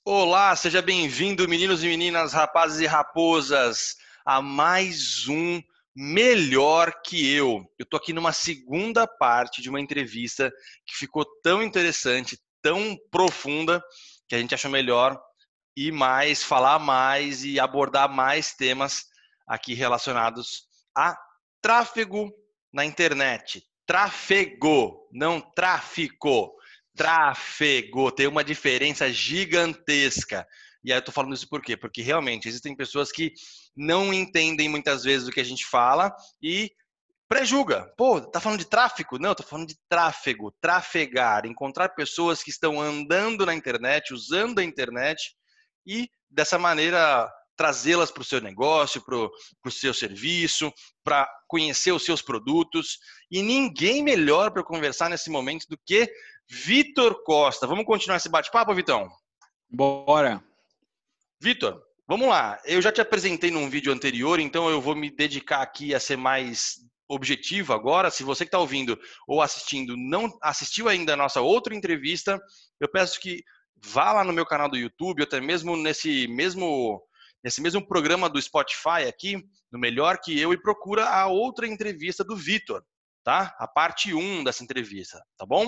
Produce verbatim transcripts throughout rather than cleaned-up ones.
Olá, seja bem-vindo, meninos e meninas, rapazes e raposas, a mais um Melhor que Eu. Eu tô aqui numa segunda parte de uma entrevista que ficou tão interessante, tão profunda, que a gente achou melhor ir mais, falar mais e abordar mais temas aqui relacionados a tráfego na internet. Tráfego, não tráfico. Tráfego, tem uma diferença gigantesca. E aí eu tô falando isso por quê? Porque realmente existem pessoas que não entendem muitas vezes o que a gente fala e pré-julga. Pô, tá falando de tráfico? Não, tô falando de tráfego, trafegar, encontrar pessoas que estão andando na internet, usando a internet e dessa maneira trazê-las para o seu negócio, para o seu serviço, para conhecer os seus produtos. E ninguém melhor para conversar nesse momento do que Vitor Costa. Vamos continuar esse bate-papo, Vitão? Bora! Vitor, vamos lá. Eu já te apresentei num vídeo anterior, então eu vou me dedicar aqui a ser mais objetivo agora. Se você que está ouvindo ou assistindo não assistiu ainda a nossa outra entrevista, eu peço que vá lá no meu canal do YouTube, ou até mesmo nesse mesmo, nesse mesmo programa do Spotify aqui, no Melhor Que Eu, e procura a outra entrevista do Vitor, tá? A parte um dessa entrevista, tá bom?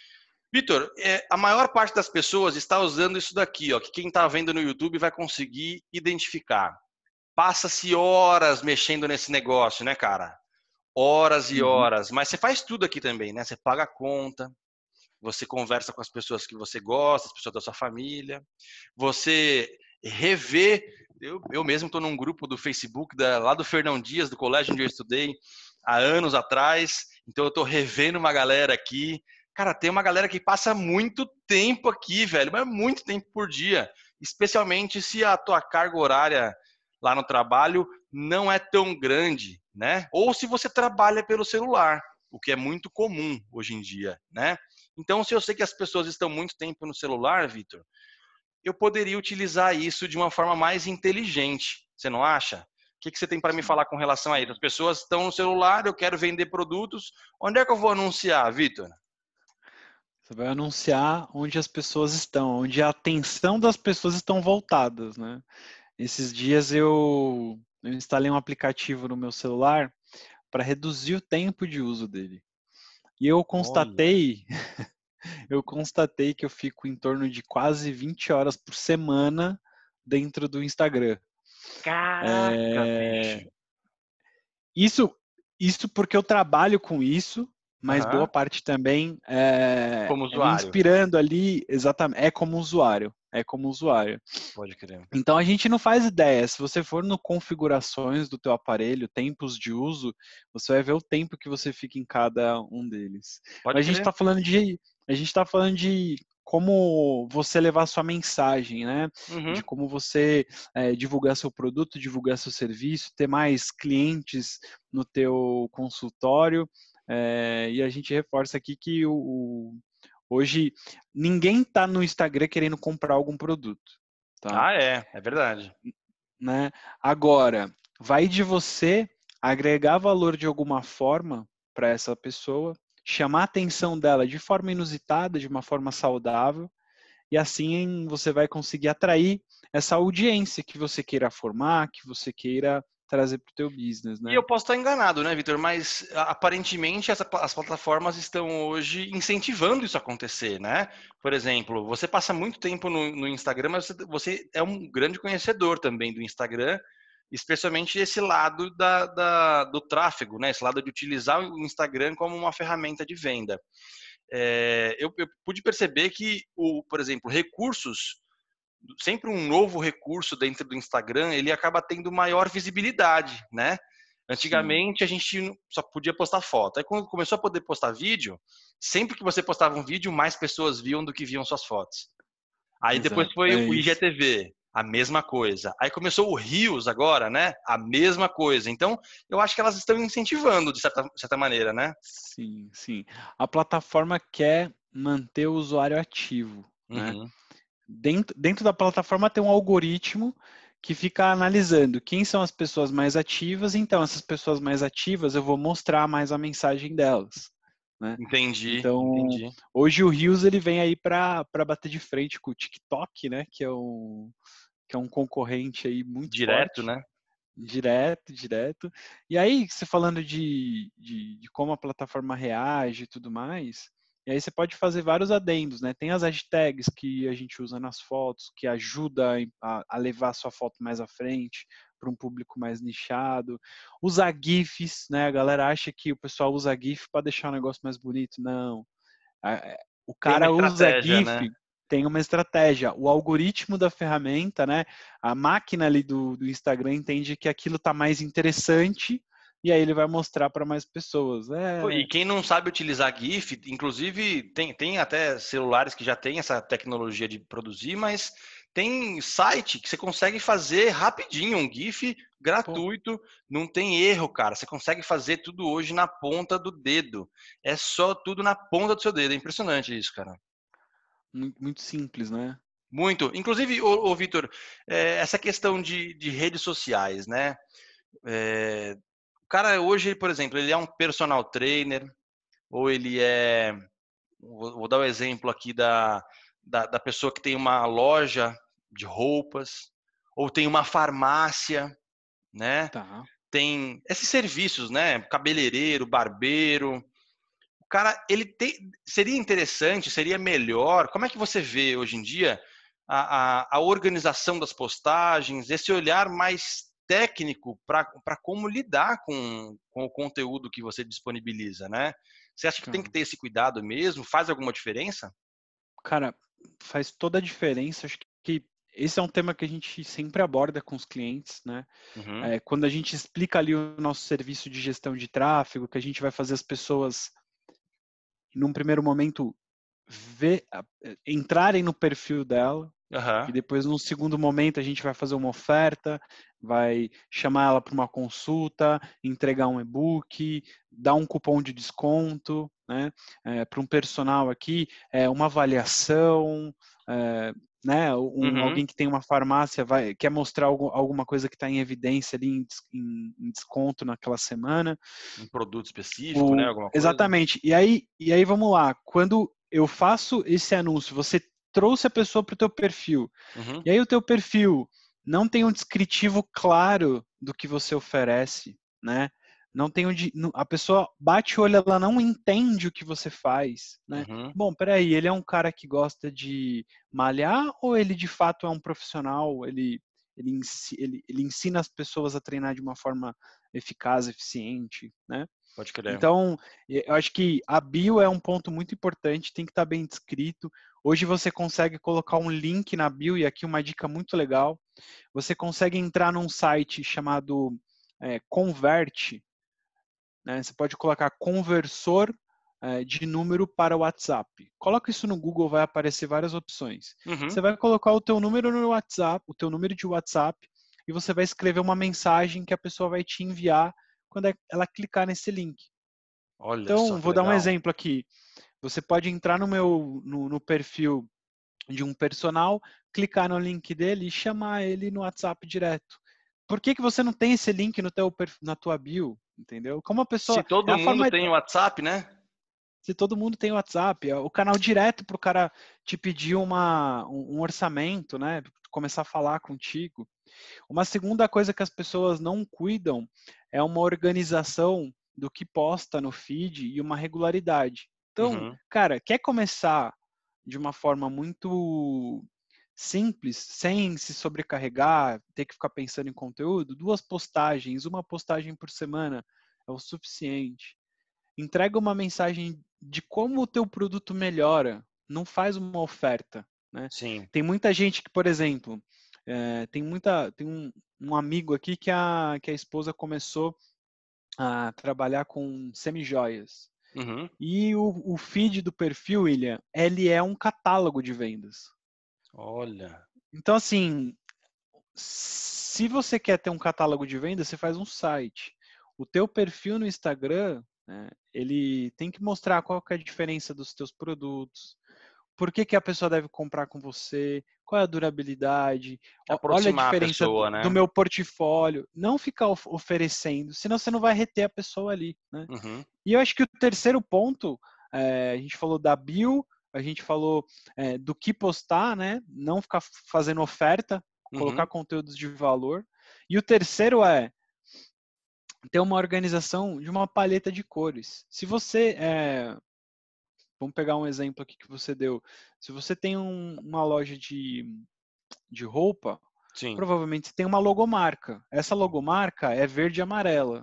Vitor, é, a maior parte das pessoas está usando isso daqui, ó, que quem está vendo no YouTube vai conseguir identificar. Passa-se horas mexendo nesse negócio, né, cara? Horas e Uhum. horas. Mas você faz tudo aqui também, né? Você paga a conta, você conversa com as pessoas que você gosta, as pessoas da sua família, você revê. Eu, eu mesmo estou num grupo do Facebook da, lá do Fernão Dias, do colégio onde eu estudei há anos atrás, então eu estou revendo uma galera aqui. Cara, tem uma galera que passa muito tempo aqui, velho, mas muito tempo por dia, especialmente se a tua carga horária lá no trabalho não é tão grande, né? Ou se você trabalha pelo celular, o que é muito comum hoje em dia, né? Então, se eu sei que as pessoas estão muito tempo no celular, Vitor, eu poderia utilizar isso de uma forma mais inteligente. Você não acha? O que, que você tem para me Sim. falar com relação a isso? As pessoas estão no celular, eu quero vender produtos. Onde é que eu vou anunciar, Vitor? Você vai anunciar onde as pessoas estão, onde a atenção das pessoas estão voltadas, né? Esses dias eu, eu instalei um aplicativo no meu celular para reduzir o tempo de uso dele. E eu Olha. constatei, eu constatei que eu fico em torno de quase vinte horas por semana dentro do Instagram. Caraca, bicho. É, Isso, isso porque eu trabalho com isso, mas boa Aham. parte também é, Como é me usuário. inspirando ali, exatamente, é como usuário, é como usuário. Pode crer. Então a gente não faz ideia. Se você for no configurações do teu aparelho, tempos de uso, você vai ver o tempo que você fica em cada um deles. Pode Mas a gente crer. está falando de, a gente está falando de como você levar sua mensagem, né? De Uhum. como você é, divulgar seu produto, divulgar seu serviço, ter mais clientes no teu consultório. É, e a gente reforça aqui que o, o hoje ninguém está no Instagram querendo comprar algum produto, tá? Ah, é. É verdade. Né? Agora, vai de você agregar valor de alguma forma para essa pessoa, chamar a atenção dela de forma inusitada, de uma forma saudável, e assim você vai conseguir atrair essa audiência que você queira formar, que você queira trazer para o teu business, E né? eu posso estar enganado, né, Vitor? Mas aparentemente essa, as plataformas estão hoje incentivando isso a acontecer, né? Por exemplo, você passa muito tempo no, no Instagram, mas você, você, é um grande conhecedor também do Instagram, especialmente esse lado da, da, do tráfego, né? Esse lado de utilizar o Instagram como uma ferramenta de venda. É, eu, eu pude perceber que, o, por exemplo, recursos sempre um novo recurso dentro do Instagram, ele acaba tendo maior visibilidade, né? Sim, Antigamente a gente só podia postar foto. Aí quando começou a poder postar vídeo, sempre que você postava um vídeo, mais pessoas viam do que viam suas fotos. Aí depois exato. foi É o isso. I G T V, a mesma coisa. Aí começou o Reels agora, né? A mesma coisa. Então, eu acho que elas estão incentivando de certa, certa maneira, né? Sim, sim. A plataforma quer manter o usuário ativo, né? Uhum. Dentro, dentro da plataforma tem um algoritmo que fica analisando quem são as pessoas mais ativas, então essas pessoas mais ativas eu vou mostrar mais a mensagem delas. né? Entendi, Então, entendi. hoje o Reels ele vem aí para bater de frente com o TikTok, né? Que é um, que é um concorrente aí muito Direto, forte. né? Direto, direto. E aí, você falando de, de, de como a plataforma reage e tudo mais, e aí você pode fazer vários adendos, né? Tem as hashtags que a gente usa nas fotos, que ajuda a, a levar a sua foto mais à frente para um público mais nichado. Usar GIFs, né? A galera acha que o pessoal usa GIF para deixar o negócio mais bonito. Não. O Tem uma cara usa estratégia, né? GIF, tem uma estratégia. O algoritmo da ferramenta, né? A máquina ali do, do Instagram entende que aquilo está mais interessante e aí ele vai mostrar para mais pessoas. Pô, e É, quem não sabe utilizar GIF, inclusive tem, tem até celulares que já tem essa tecnologia de produzir, mas tem site que você consegue fazer rapidinho um GIF pô, gratuito, não tem erro, cara. Você consegue fazer tudo hoje na ponta do dedo. É só tudo na ponta do seu dedo. É impressionante isso, cara. muito, muito simples, né? Muito. Inclusive, ô, ô Vitor, é, essa questão de, de redes sociais, né? É, o cara hoje, por exemplo, ele é um personal trainer, ou ele é. Vou, vou dar o um exemplo aqui da, da, da pessoa que tem uma loja de roupas, ou tem uma farmácia, né? Tá. Tem esses serviços, né? Cabeleireiro, barbeiro. O cara, ele tem. Seria interessante, seria melhor. Como é que você vê hoje em dia a, a, a organização das postagens, esse olhar mais técnico para como lidar com, com o conteúdo que você disponibiliza, né? Você acha que tem que Tá. ter esse cuidado mesmo? Faz alguma diferença? Cara, faz toda a diferença. Acho que esse é um tema que a gente sempre aborda com os clientes, né? Uhum, É, quando a gente explica ali o nosso serviço de gestão de tráfego, que a gente vai fazer as pessoas, num primeiro momento, ver, entrarem no perfil dela, aham, e depois, num segundo momento, a gente vai fazer uma oferta, vai chamar ela para uma consulta, entregar um e-book, dar um cupom de desconto, né? É, para um personal aqui, é, uma avaliação, é, né? Um, uhum. alguém que tem uma farmácia vai, quer mostrar algo, alguma coisa que está em evidência ali em, em, em desconto naquela semana. Um produto específico, né? O, Alguma coisa? exatamente. E aí, e aí vamos lá. Quando eu faço esse anúncio, você trouxe a pessoa para o teu perfil. Uhum, E aí o teu perfil não tem um descritivo claro do que você oferece, né? Não tem onde a pessoa bate o olho, ela não entende o que você faz, né? uhum. Bom, peraí, ele é um cara que gosta de malhar ou ele de fato é um profissional? Ele ele, ele, ele ensina as pessoas a treinar de uma forma eficaz, eficiente, né? Pode crer. Então, eu acho que a bio é um ponto muito importante, tem que estar bem descrito. Hoje você consegue colocar um link na bio, e aqui uma dica muito legal. Você consegue entrar num site chamado é, Convert, né? Você pode colocar conversor é, de número para o WhatsApp. Coloca isso no Google, vai aparecer várias opções. Uhum. Você vai colocar o teu número no WhatsApp, o teu número de WhatsApp, e você vai escrever uma mensagem que a pessoa vai te enviar quando ela clicar nesse link. Olha só Então, que vou dar um legal. exemplo aqui. Você pode entrar no meu no, no perfil de um personal, clicar no link dele e chamar ele no WhatsApp direto. Por que, que você não tem esse link no teu, na tua bio? Entendeu? Como a Se pessoa. É todo a mundo forma. tem o WhatsApp, né? Se todo mundo tem WhatsApp, é o canal direto para o cara te pedir uma, um orçamento, né? Começar a falar contigo. Uma segunda coisa que as pessoas não cuidam é uma organização do que posta no feed e uma regularidade. Então, Uhum. cara, quer começar de uma forma muito simples, sem se sobrecarregar, ter que ficar pensando em conteúdo? Duas postagens, uma postagem por semana é o suficiente. Entrega uma mensagem de como o teu produto melhora, não faz uma oferta, né? Sim. Tem muita gente que, por exemplo, é, tem muita, tem um, um amigo aqui que a, que a esposa começou a trabalhar com semijoias. Uhum. E o, o feed do perfil, William, ele é um catálogo de vendas. Olha. Então, assim, se você quer ter um catálogo de vendas, você faz um site. O teu perfil no Instagram, né, ele tem que mostrar qual que é a diferença dos teus produtos, por que, que a pessoa deve comprar com você, qual é a durabilidade, o- olha a Aproximar a diferença do, pessoa, do né? meu portfólio, não ficar of- oferecendo, senão você não vai reter a pessoa ali, né? Uhum, E eu acho que o terceiro ponto, é, a gente falou da bio, a gente falou é, do que postar, né? Não ficar fazendo oferta, colocar uhum, conteúdos de valor. E o terceiro é ter uma organização de uma paleta de cores. Se você, é, vamos pegar um exemplo aqui que você deu, se você tem um- uma loja de, de roupa, sim. provavelmente você tem uma logomarca. Essa logomarca é verde e amarela.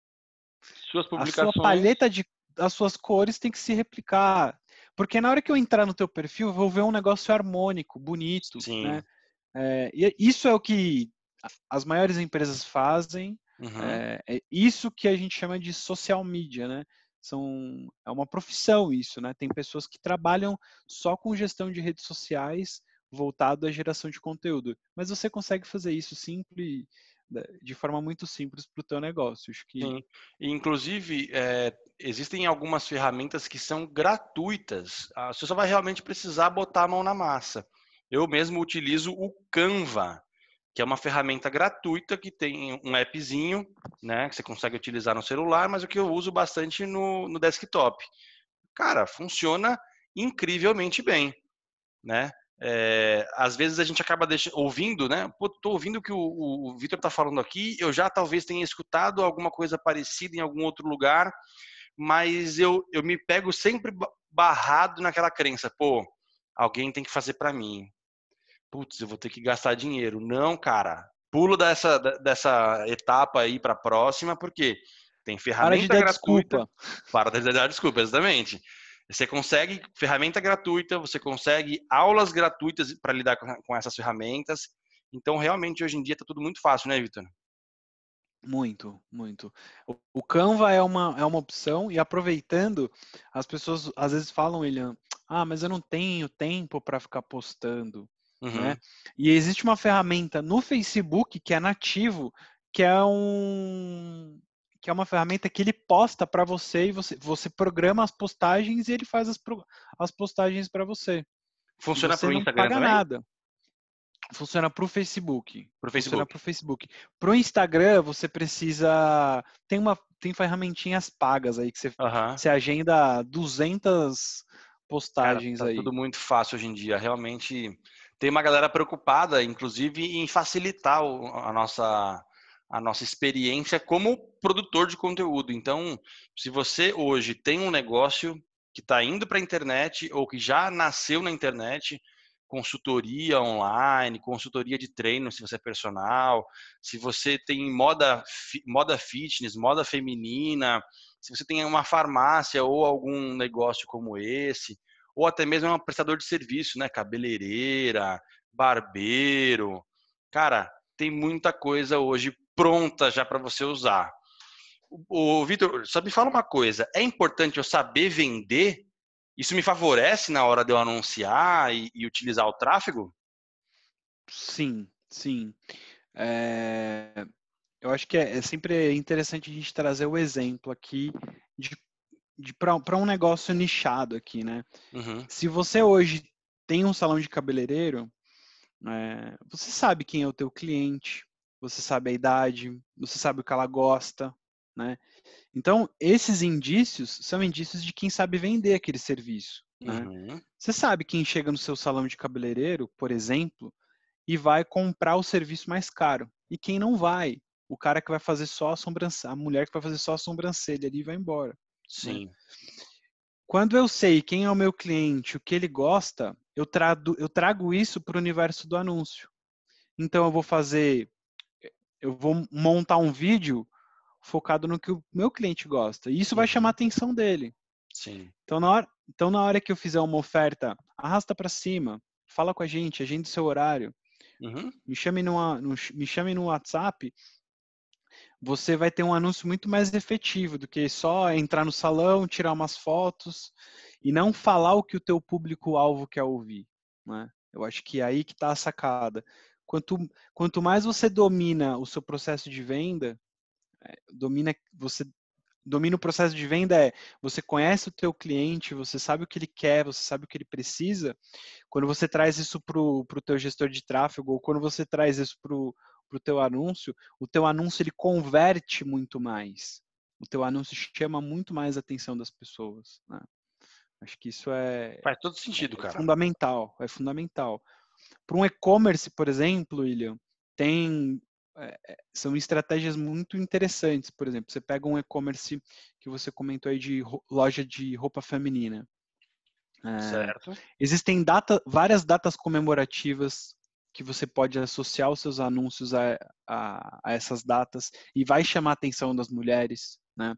Suas A sua publicações, paleta de as suas cores tem que se replicar. Porque na hora que eu entrar no teu perfil, eu vou ver um negócio harmônico, bonito, sim. né? É, e isso é o que as maiores empresas fazem. Uhum, É, é isso que a gente chama de social media, né? São, é uma profissão isso, né? Tem pessoas que trabalham só com gestão de redes sociais voltado à geração de conteúdo. Mas você consegue fazer isso simples, de forma muito simples para o teu negócio. Acho que sim. E, inclusive, é, existem algumas ferramentas que são gratuitas. Ah, você só vai realmente precisar botar a mão na massa. Eu mesmo utilizo o Canva, que é uma ferramenta gratuita que tem um appzinho, né, que você consegue utilizar no celular, mas o que eu uso bastante no, no desktop. Cara, funciona incrivelmente bem, né? É, às vezes a gente acaba deixa, ouvindo, né? Pô, tô ouvindo o que o, o, o Vitor tá falando aqui, eu já talvez tenha escutado alguma coisa parecida em algum outro lugar, mas eu, eu me pego sempre barrado naquela crença, pô, alguém tem que fazer para mim. Putz, eu vou ter que gastar dinheiro. Não, cara, pulo dessa, dessa etapa aí para a próxima, porque tem para de ferramenta dar gratuita desculpa. para dar desculpa, exatamente. Você consegue ferramenta gratuita, você consegue aulas gratuitas para lidar com, com essas ferramentas. Então, realmente, hoje em dia está tudo muito fácil, né, Vitor? Muito, muito. O, o Canva é uma, é uma opção e aproveitando, as pessoas às vezes falam, William, ah, mas eu não tenho tempo para ficar postando, né? Uhum. E existe uma ferramenta no Facebook que é nativo, que é um que é uma ferramenta que ele posta para você e você, você programa as postagens e ele faz as, pro- as postagens para você. E Funciona para você o não Instagram paga também? nada. Funciona para o Facebook. Para o Funciona Facebook? para o Facebook. Para o Instagram, você precisa. Tem, uma, tem ferramentinhas pagas aí que você, Aham. você agenda duzentas Cara, postagens tá aí. tudo muito fácil hoje em dia. Realmente tem uma galera preocupada, inclusive, em facilitar o- a nossa a nossa experiência como produtor de conteúdo. Então, se você hoje tem um negócio que está indo para a internet ou que já nasceu na internet, consultoria online, consultoria de treino, se você é personal, se você tem moda, fi- moda fitness, moda feminina, se você tem uma farmácia ou algum negócio como esse, ou até mesmo um prestador de serviço, né? Cabeleireira, barbeiro. Cara, tem muita coisa hoje pronta já para você usar. O, o Vitor, só me fala uma coisa: é importante eu saber vender? Isso me favorece na hora de eu anunciar e, e utilizar o tráfego? Sim, sim. É, eu acho que é, é sempre interessante a gente trazer o exemplo aqui de, de para um negócio nichado aqui, né? Uhum, Se você hoje tem um salão de cabeleireiro, é, você sabe quem é o teu cliente, você sabe a idade, você sabe o que ela gosta, né? Então, esses indícios são indícios de quem sabe vender aquele serviço, né? uhum, Você sabe quem chega no seu salão de cabeleireiro, por exemplo, e vai comprar o serviço mais caro. E quem não vai, o cara que vai fazer só a sobrancelha, a mulher que vai fazer só a sobrancelha ali e vai embora, né? sim. Quando eu sei quem é o meu cliente, o que ele gosta, eu, trado, eu trago isso para o universo do anúncio. Então eu vou fazer, eu vou montar um vídeo focado no que o meu cliente gosta. E isso vai chamar a Uhum, atenção dele. sim. Então na hora, então, na hora que eu fizer uma oferta, arrasta para cima, fala com a gente, agende seu horário, Uhum, me chame, numa, no, me chame no WhatsApp, você vai ter um anúncio muito mais efetivo do que só entrar no salão, tirar umas fotos e não falar o que o teu público-alvo quer ouvir, né? Eu acho que é aí que está a sacada. Quanto, quanto mais você domina o seu processo de venda, domina, você domina o processo de venda é, você conhece o teu cliente, você sabe o que ele quer, você sabe o que ele precisa. Quando você traz isso para o teu gestor de tráfego, ou quando você traz isso para o teu anúncio, o teu anúncio ele converte muito mais. O teu anúncio chama muito mais a atenção das pessoas, né? Acho que isso é, Faz todo sentido, é cara. fundamental, é fundamental. Para um e-commerce, por exemplo, William, tem é, são estratégias muito interessantes. Por exemplo, você pega um e-commerce que você comentou aí de loja de roupa feminina. É, Certo. existem data, várias datas comemorativas que você pode associar os seus anúncios a, a, a essas datas e vai chamar a atenção das mulheres, né?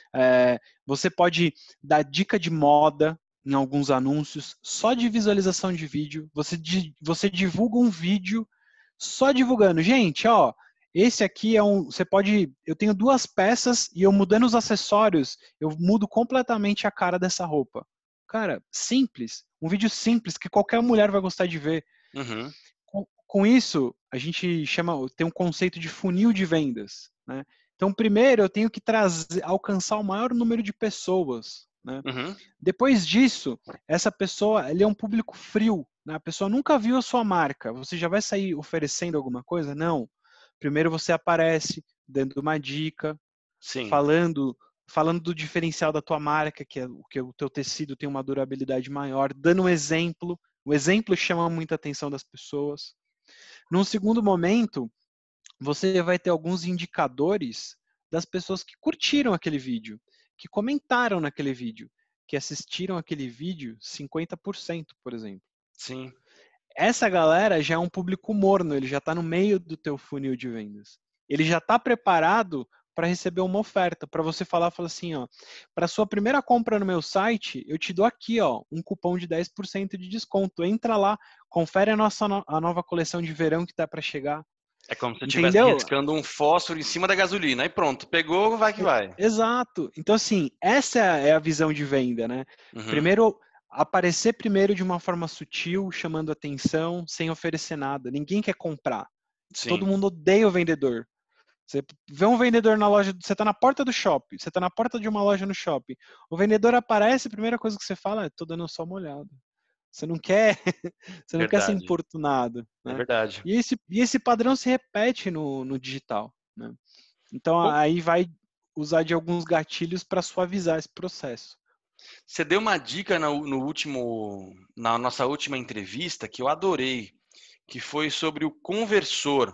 É, você pode dar dica de moda em alguns anúncios, só de visualização de vídeo. Você, você divulga um vídeo só divulgando. Gente, ó, esse aqui é um. Você pode. Eu tenho duas peças e eu mudando os acessórios, eu mudo completamente a cara dessa roupa. Cara, simples. Um vídeo simples que qualquer mulher vai gostar de ver. Uhum. Com, com isso, a gente chama, tem um conceito de funil de vendas, né? Então, primeiro eu tenho que trazer, alcançar o maior número de pessoas, né? Uhum. Depois disso, essa pessoa, ele é um público frio, né? A pessoa nunca viu a sua marca. Você já vai sair oferecendo alguma coisa? Não. Primeiro você aparece dando uma dica, Sim. falando, falando do diferencial da tua marca, que é que o teu tecido tem uma durabilidade maior, dando um exemplo. O exemplo chama muita atenção das pessoas. Num segundo momento, você vai ter alguns indicadores das pessoas que curtiram aquele vídeo, que comentaram naquele vídeo, que assistiram aquele vídeo cinquenta por cento, por exemplo. Sim. Essa galera já é um público morno, ele já está no meio do teu funil de vendas. Ele já está preparado para receber uma oferta, para você falar, falar assim, ó, para sua primeira compra no meu site, eu te dou aqui, ó, um cupom de dez por cento de desconto. Entra lá, confere a nossa a nova coleção de verão que está para chegar. É como se você estivesse Entendeu? riscando um fósforo em cima da gasolina. Aí pronto, pegou, vai que vai. Exato. Então, assim, essa é a visão de venda, né? Uhum. Primeiro, aparecer primeiro de uma forma sutil, chamando atenção, sem oferecer nada. Ninguém quer comprar. Todo Sim. mundo odeia o vendedor. Você vê um vendedor na loja, você está na porta do shopping, você está na porta de uma loja no shopping. O vendedor aparece, a primeira coisa que você fala é, tô dando só uma olhada. Você não quer, você não quer ser Verdade. importunado, É né? verdade. E esse, e esse padrão se repete no, no digital, né? Então Bom, aí vai usar de alguns gatilhos para suavizar esse processo. você deu uma dica no, no último, na nossa última entrevista que eu adorei, que foi sobre o conversor,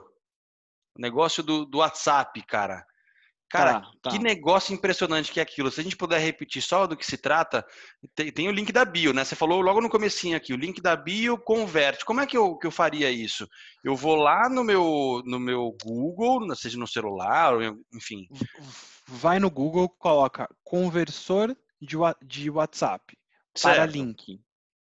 o negócio do, do WhatsApp, cara. Cara, Tá, que tá. negócio impressionante que é aquilo. Se a gente puder repetir só do que se trata, tem, tem o link da bio, né? Você falou logo no comecinho aqui, o link da bio converte. Como é que eu, que eu faria isso? Eu vou lá no meu, no meu Google, seja no celular, enfim. Vai no Google, coloca conversor de, de WhatsApp para Certo. link.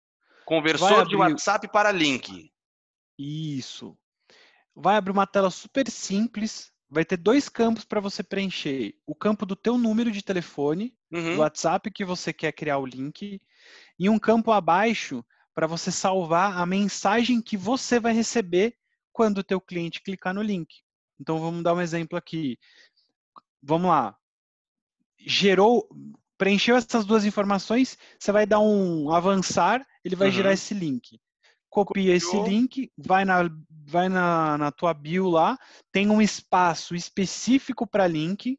Vai Conversor de abrir WhatsApp para link. isso. Vai abrir uma tela super simples. Vai ter dois campos para você preencher. O campo do teu número de telefone, do Uhum. WhatsApp que você quer criar o link, e um campo abaixo para você salvar a mensagem que você vai receber quando o teu cliente clicar no link. Então vamos dar um exemplo aqui. Vamos lá. Gerou, preencheu essas duas informações, você vai dar um avançar, ele vai gerar Uhum. esse link. Copia esse Copiou. link, vai na, vai na, na tua bio lá, tem um espaço específico para link,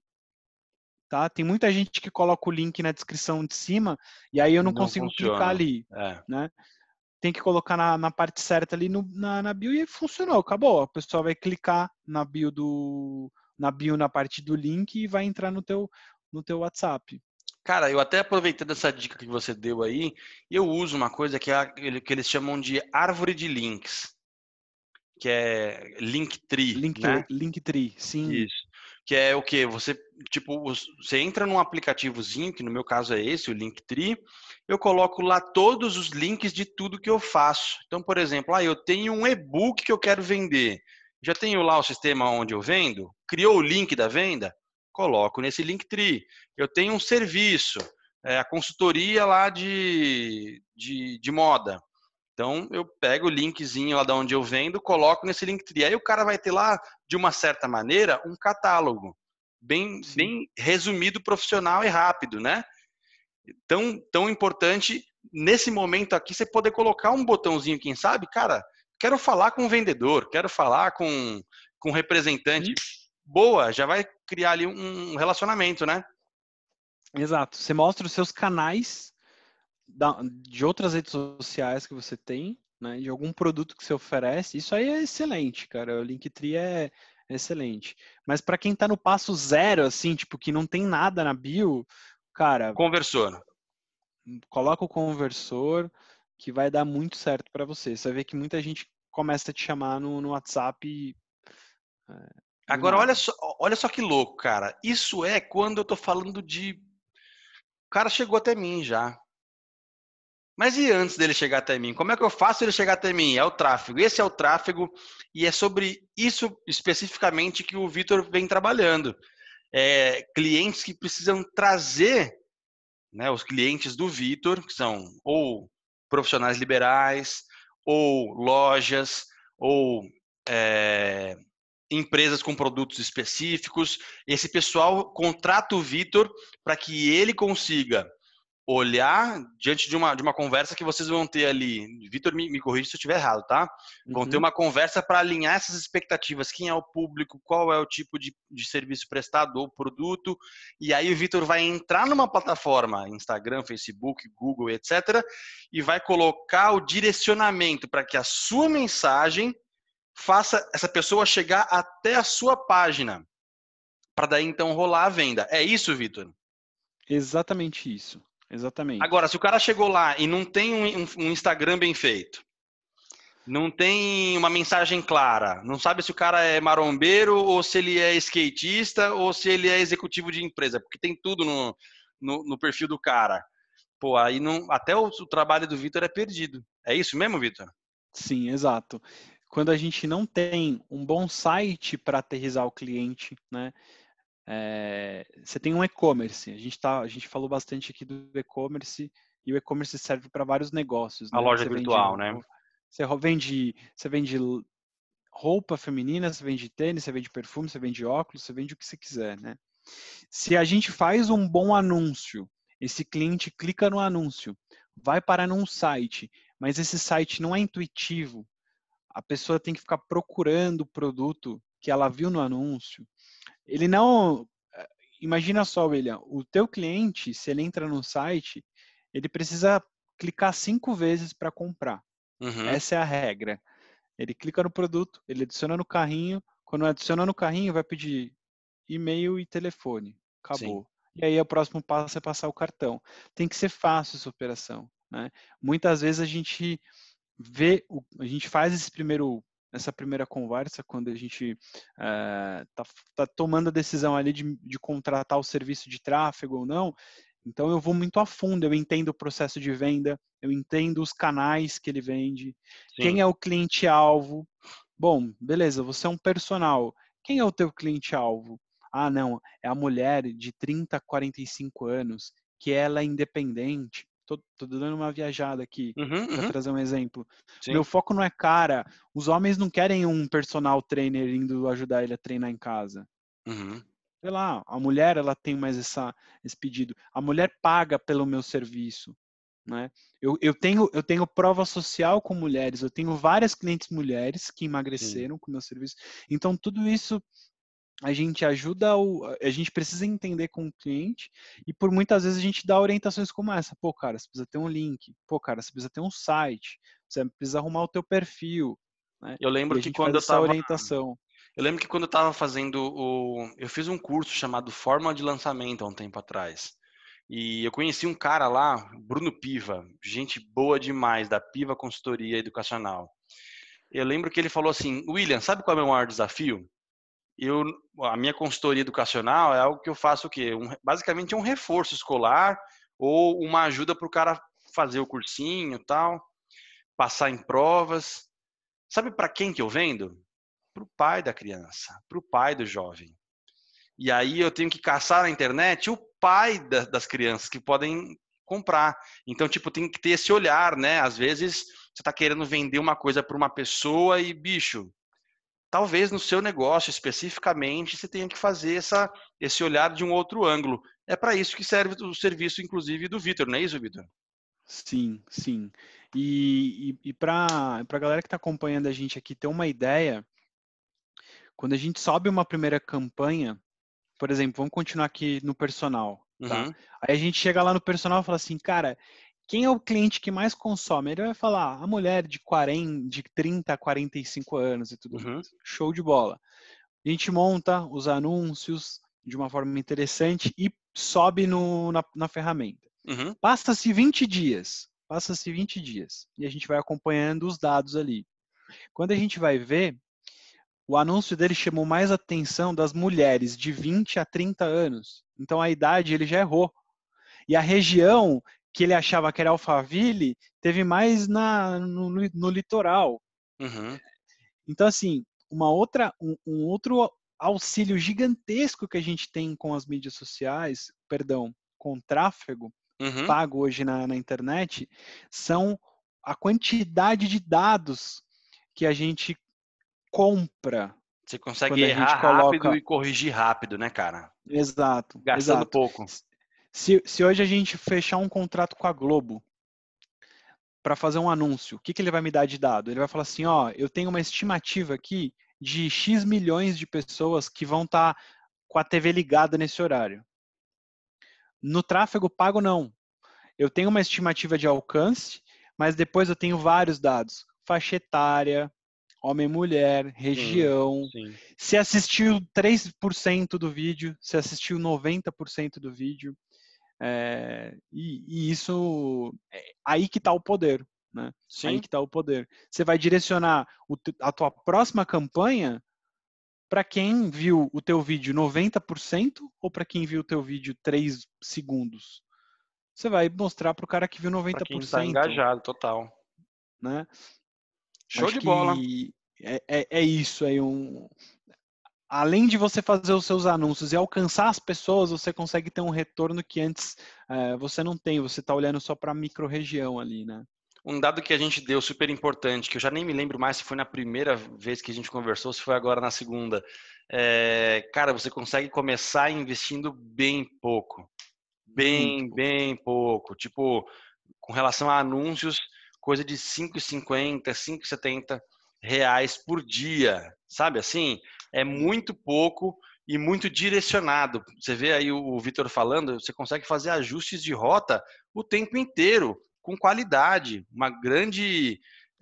tá? Tem muita gente que coloca o link na descrição de cima e aí eu não Não consigo clicar funciona. ali, É. né? Tem que colocar na, na parte certa ali no, na, na bio e funcionou, acabou. A pessoa vai clicar na bio do na bio na parte do link e vai entrar no teu no teu WhatsApp. Cara, eu até aproveitando essa dica que você deu aí, eu uso uma coisa que, é a, que eles chamam de árvore de links, que é Linktree, Link, né? Linktree, sim. Isso. Que é o quê? Você, tipo, você entra num aplicativozinho, que no meu caso é esse, o Linktree, eu coloco lá todos os links de tudo que eu faço. Então, por exemplo, ah, eu tenho um e-book que eu quero vender. Já tenho lá o sistema onde eu vendo? Criou o link da venda? Coloco nesse Linktree. Eu tenho um serviço, é, a consultoria lá de, de, de moda. Então, eu pego o linkzinho lá de onde eu vendo, coloco nesse Linktree. Aí o cara vai ter lá, de uma certa maneira, um catálogo. bem, Sim. bem resumido, profissional e rápido, né? Tão, tão importante, nesse momento aqui, você poder colocar um botãozinho, quem sabe, cara, quero falar com o vendedor, quero falar com, com o representante. Sim. Boa, já vai criar ali um relacionamento, né? Exato. Você mostra os seus canais da, de outras redes sociais que você tem, né, de algum produto que você oferece. Isso aí é excelente, cara. O Linktree é excelente. Mas para quem está no passo zero, assim, tipo, que não tem nada na bio, cara, Conversor. coloca o conversor que vai dar muito certo para você. Você vai ver que muita gente começa a te chamar no, no WhatsApp é, do Agora, olha nada. só, olha só que louco, cara. Isso é quando eu tô falando de... O cara chegou até mim já. Mas e antes dele chegar até mim? Como é que eu faço ele chegar até mim? É o tráfego. Esse é o tráfego e é sobre isso especificamente que o Vitor vem trabalhando. É, clientes que precisam trazer, né, os clientes do Vitor, que são ou profissionais liberais, ou lojas, ou é, empresas com produtos específicos. Esse pessoal contrata o Vitor para que ele consiga olhar diante de uma, de uma conversa que vocês vão ter ali. Vitor, me, me corrija se eu estiver errado, tá? Vão ter Uhum. uma conversa para alinhar essas expectativas. Quem é o público, qual é o tipo de, de serviço prestado ou produto. E aí o Vitor vai entrar numa plataforma, Instagram, Facebook, Google, etcétera, e vai colocar o direcionamento para que a sua mensagem faça essa pessoa chegar até a sua página. Para daí então rolar a venda. É isso, Vitor? Exatamente isso. Agora, Exatamente. se o cara chegou lá e não tem um, um Instagram bem feito, não tem uma mensagem clara, não sabe se o cara é marombeiro ou se ele é skatista ou se ele é executivo de empresa, porque tem tudo no, no, no perfil do cara. Pô, aí não, até o, o trabalho do Vitor é perdido. É isso mesmo, Vitor? Sim, exato. Quando a gente não tem um bom site para aterrissar o cliente, né? É, você tem um e-commerce. A gente tá, a gente falou bastante aqui do e-commerce e o e-commerce serve para vários negócios, A né? loja Você vende, virtual, né? você vende, você vende roupa feminina, você vende tênis, você vende perfume, você vende óculos, você vende o que você quiser, né? Se a gente faz um bom anúncio, esse cliente clica no anúncio, vai parar num site, mas esse site não é intuitivo, a pessoa tem que ficar procurando o produto que ela viu no anúncio. Ele não... Imagina só, William, o teu cliente, se ele entra no site, ele precisa clicar cinco vezes para comprar. Uhum, Essa é a regra. Ele clica no produto, ele adiciona no carrinho, quando adiciona no carrinho, vai pedir e-mail e telefone. sim. Acabou. E aí o próximo passo é passar o cartão. Tem que ser fácil essa operação, né? Muitas vezes a gente vê, o, a gente faz esse primeiro, essa primeira conversa quando a gente está tá tomando a decisão ali de, de contratar o serviço de tráfego ou não. Então eu vou muito a fundo, eu entendo o processo de venda, eu entendo os canais que ele vende, quem Sim. é o cliente-alvo. Bom, beleza, você é um personal. Quem é o teu cliente-alvo? Ah, não, é a mulher de trinta a quarenta e cinco anos, que ela é independente. Tô, tô dando uma viajada aqui Uhum, para uhum, trazer um exemplo. Meu sim. foco não é cara. Os homens não querem um personal trainer indo ajudar ele a treinar em casa. Uhum, Sei lá, a mulher ela tem mais essa, esse pedido. A mulher paga pelo meu serviço, né? Eu, eu, tenho, eu tenho prova social com mulheres, eu tenho várias clientes mulheres que sim. emagreceram com o meu serviço. Então, tudo isso a gente ajuda, o, a gente precisa entender com o cliente e por muitas vezes a gente dá orientações como essa. Pô, cara, você precisa ter um link. Pô, cara, você precisa ter um site. Você precisa arrumar o teu perfil, né? Eu E lembro a que gente faz quando eu essa estava orientação. Eu lembro que quando eu estava fazendo o. Eu fiz um curso chamado Fórmula de Lançamento há um tempo atrás. E eu conheci um cara lá, Bruno Piva, gente boa demais, da Piva Consultoria Educacional. Eu lembro que ele falou assim: William, sabe qual é o meu maior desafio? Eu, a minha consultoria educacional é algo que eu faço o quê? Um, basicamente é um reforço escolar ou uma ajuda para o cara fazer o cursinho e tal, passar em provas. Sabe para quem que eu vendo? Para o pai da criança, para o pai do jovem. E aí eu tenho que caçar na internet o pai da, das crianças que podem comprar. Então, tipo, tem que ter esse olhar, né? Às vezes você está querendo vender uma coisa para uma pessoa e, bicho, talvez no seu negócio especificamente você tenha que fazer essa, esse olhar de um outro ângulo. É para isso que serve o serviço, inclusive, do Vitor, não é isso, Vitor? Sim, sim. E, e, e para a galera que está acompanhando a gente aqui ter uma ideia, quando a gente sobe uma primeira campanha, por exemplo, vamos continuar aqui no personal, tá? Uhum, Aí a gente chega lá no personal e fala assim, cara, quem é o cliente que mais consome? Ele vai falar, a mulher de quarenta, de trinta a quarenta e cinco anos e tudo uhum, mais. Show de bola. A gente monta os anúncios de uma forma interessante e sobe no, na, na ferramenta. uhum, Passa-se vinte dias, passa-se vinte dias, e a gente vai acompanhando os dados ali. Quando a gente vai ver, o anúncio dele chamou mais atenção das mulheres de vinte a trinta anos. Então a idade ele já errou. E a região que ele achava que era Alphaville teve mais na, no, no litoral. uhum, Então, assim, uma outra, um, um outro auxílio gigantesco que a gente tem com as mídias sociais, perdão, com o tráfego uhum. pago hoje na, na internet, são a quantidade de dados que a gente compra Você consegue quando a errar gente rápido coloca. e corrigir rápido, né, cara? Exato, Gastando exato. pouco. Se, se hoje a gente fechar um contrato com a Globo para fazer um anúncio, o que, que ele vai me dar de dado? Ele vai falar assim, ó, eu tenho uma estimativa aqui de X milhões de pessoas que vão estar tá com a T V ligada nesse horário. No tráfego pago, não. Eu tenho uma estimativa de alcance, mas depois eu tenho vários dados. Faixa etária, homem e mulher, Sim, região. sim. Se assistiu três por cento do vídeo, se assistiu noventa por cento do vídeo. É, e, e isso, é aí que está o poder. Né? Aí Sim, que está o poder. Você vai direcionar o, a tua próxima campanha para quem viu o teu vídeo noventa por cento ou para quem viu o teu vídeo três segundos? Você vai mostrar para o cara que viu para noventa quem por está cento, engajado, total. né? Show Acho de bola. que é, é, é isso aí. Um, além de você fazer os seus anúncios e alcançar as pessoas, você consegue ter um retorno que antes é, você não tem. Você está olhando só para a micro-região ali, né? Um dado que a gente deu super importante, que eu já nem me lembro mais se foi na primeira vez que a gente conversou, se foi agora na segunda. É, cara, você consegue começar investindo bem pouco. Muito Bem, pouco. bem pouco. Tipo, com relação a anúncios, coisa de cinco e cinquenta, cinco e setenta reais por dia. Sabe assim? É muito pouco e muito direcionado. Você vê aí o Vitor falando, você consegue fazer ajustes de rota o tempo inteiro, com qualidade, uma grande,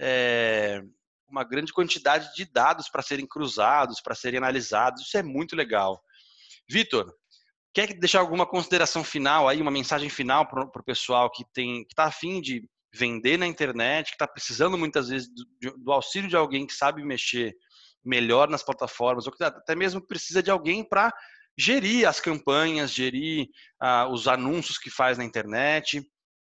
é, uma grande quantidade de dados para serem cruzados, para serem analisados. Isso é muito legal. Vitor, quer deixar alguma consideração final aí, uma mensagem final para o pessoal que tem, que está afim de vender na internet, que está precisando muitas vezes do, do auxílio de alguém que sabe mexer melhor nas plataformas, ou que até mesmo precisa de alguém para gerir as campanhas, gerir ah, os anúncios que faz na internet?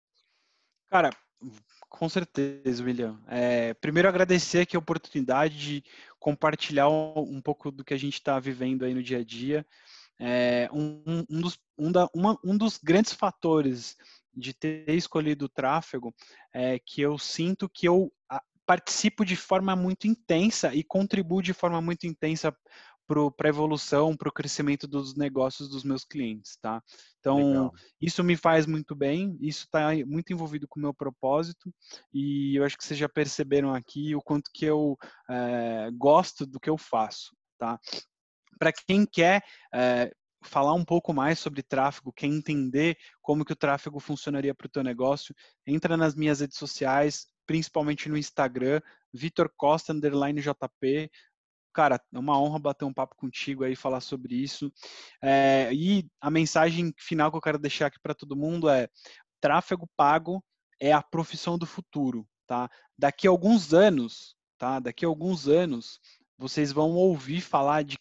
Cara, com certeza, William. É, primeiro, agradecer aqui a oportunidade de compartilhar um, um pouco do que a gente está vivendo aí no dia a dia. É, um, um, dos, um, da, uma, um dos grandes fatores de ter escolhido o tráfego é que eu sinto que eu a, participo de forma muito intensa e contribuo de forma muito intensa para a evolução, para o crescimento dos negócios dos meus clientes, tá? Então, Legal. isso me faz muito bem, isso está muito envolvido com o meu propósito e eu acho que vocês já perceberam aqui o quanto que eu é, gosto do que eu faço, tá? Para quem quer é, falar um pouco mais sobre tráfego, quer entender como que o tráfego funcionaria para o teu negócio, entra nas minhas redes sociais, principalmente no Instagram, Vitor Costa, underline J P. Cara, é uma honra bater um papo contigo aí, falar sobre isso. É, e a mensagem final que eu quero deixar aqui para todo mundo é: tráfego pago é a profissão do futuro, tá? Daqui a alguns anos, tá? Daqui a alguns anos, vocês vão ouvir falar de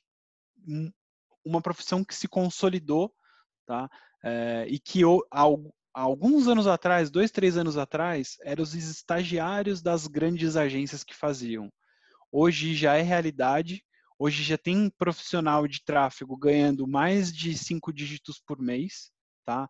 uma profissão que se consolidou, tá? É, e que há alguns anos atrás, dois, três anos atrás, eram os estagiários das grandes agências que faziam. Hoje já é realidade. Hoje já tem um profissional de tráfego ganhando mais de cinco dígitos por mês, tá?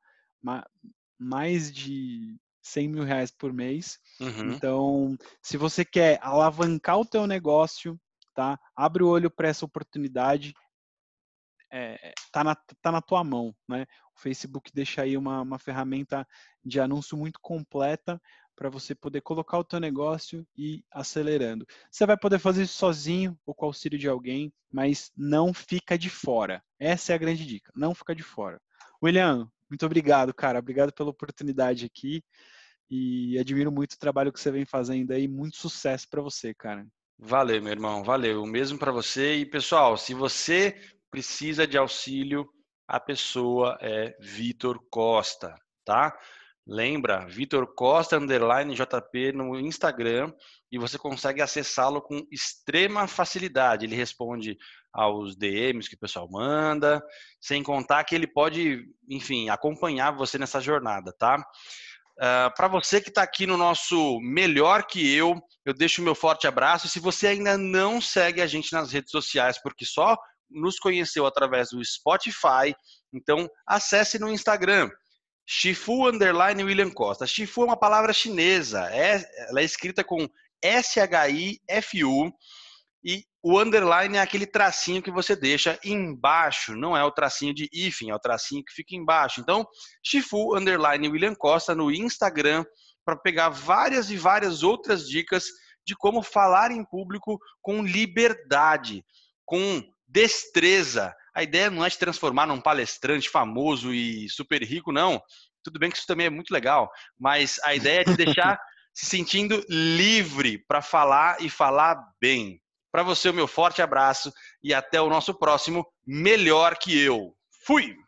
Mais de cem mil reais por mês. Uhum. Então, se você quer alavancar o teu negócio, tá? Abre o olho para essa oportunidade. É, tá, na, tá na tua mão, né? O Facebook deixa aí uma, uma ferramenta de anúncio muito completa para você poder colocar o teu negócio e ir acelerando. Você vai poder fazer isso sozinho ou com o auxílio de alguém, mas não fica de fora. Essa é a grande dica, não fica de fora. William, muito obrigado, cara. Obrigado pela oportunidade aqui e admiro muito o trabalho que você vem fazendo aí. Muito sucesso para você, cara. Valeu, meu irmão. Valeu. O mesmo para você. E, pessoal, se você precisa de auxílio, a pessoa é Vitor Costa, tá? Lembra, Vitor Costa, underline J P no Instagram, e você consegue acessá-lo com extrema facilidade. Ele responde aos D Ms que o pessoal manda, sem contar que ele pode, enfim, acompanhar você nessa jornada, tá? Uh, para você que está aqui no nosso Melhor Que Eu, eu deixo o meu forte abraço. Se você ainda não segue a gente nas redes sociais, porque só nos conheceu através do Spotify, então acesse no Instagram, Shifu underline William Costa. Shifu é uma palavra chinesa, é, ela é escrita com S H I F U, e o underline é aquele tracinho que você deixa embaixo, não é o tracinho de hífen, é o tracinho que fica embaixo. Então, Shifu underline William Costa no Instagram para pegar várias e várias outras dicas de como falar em público com liberdade, com destreza. A ideia não é te transformar num palestrante famoso e super rico, não. Tudo bem que isso também é muito legal, mas a ideia é te deixar se sentindo livre para falar e falar bem. Para você, o meu forte abraço e até o nosso próximo Melhor Que Eu. Fui!